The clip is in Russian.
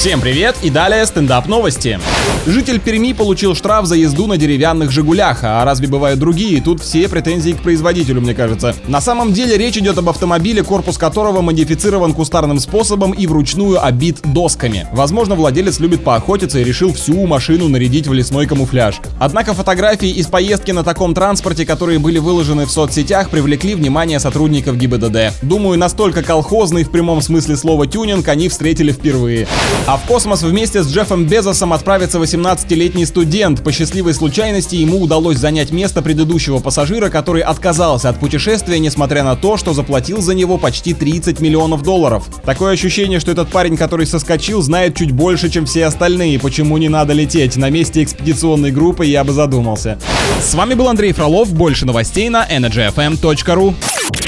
Всем привет и далее стендап новости. Житель Перми получил штраф за езду на деревянных «Жигулях», а разве бывают другие? Тут все претензии к производителю, мне кажется. На самом деле речь идет об автомобиле, корпус которого модифицирован кустарным способом и вручную обит досками. Возможно, владелец любит поохотиться и решил всю машину нарядить в лесной камуфляж. Однако фотографии из поездки на таком транспорте, которые были выложены в соцсетях, привлекли внимание сотрудников ГИБДД. Думаю, настолько колхозный в прямом смысле слова тюнинг они встретили впервые. А в космос вместе с Джеффом Безосом отправится 18-летний студент. По счастливой случайности ему удалось занять место предыдущего пассажира, который отказался от путешествия, несмотря на то, что заплатил за него почти $30 миллионов. Такое ощущение, что этот парень, который соскочил, знает чуть больше, чем все остальные, почему не надо лететь. На месте экспедиционной группы я бы задумался. С вами был Андрей Фролов. Больше новостей на energyfm.ru.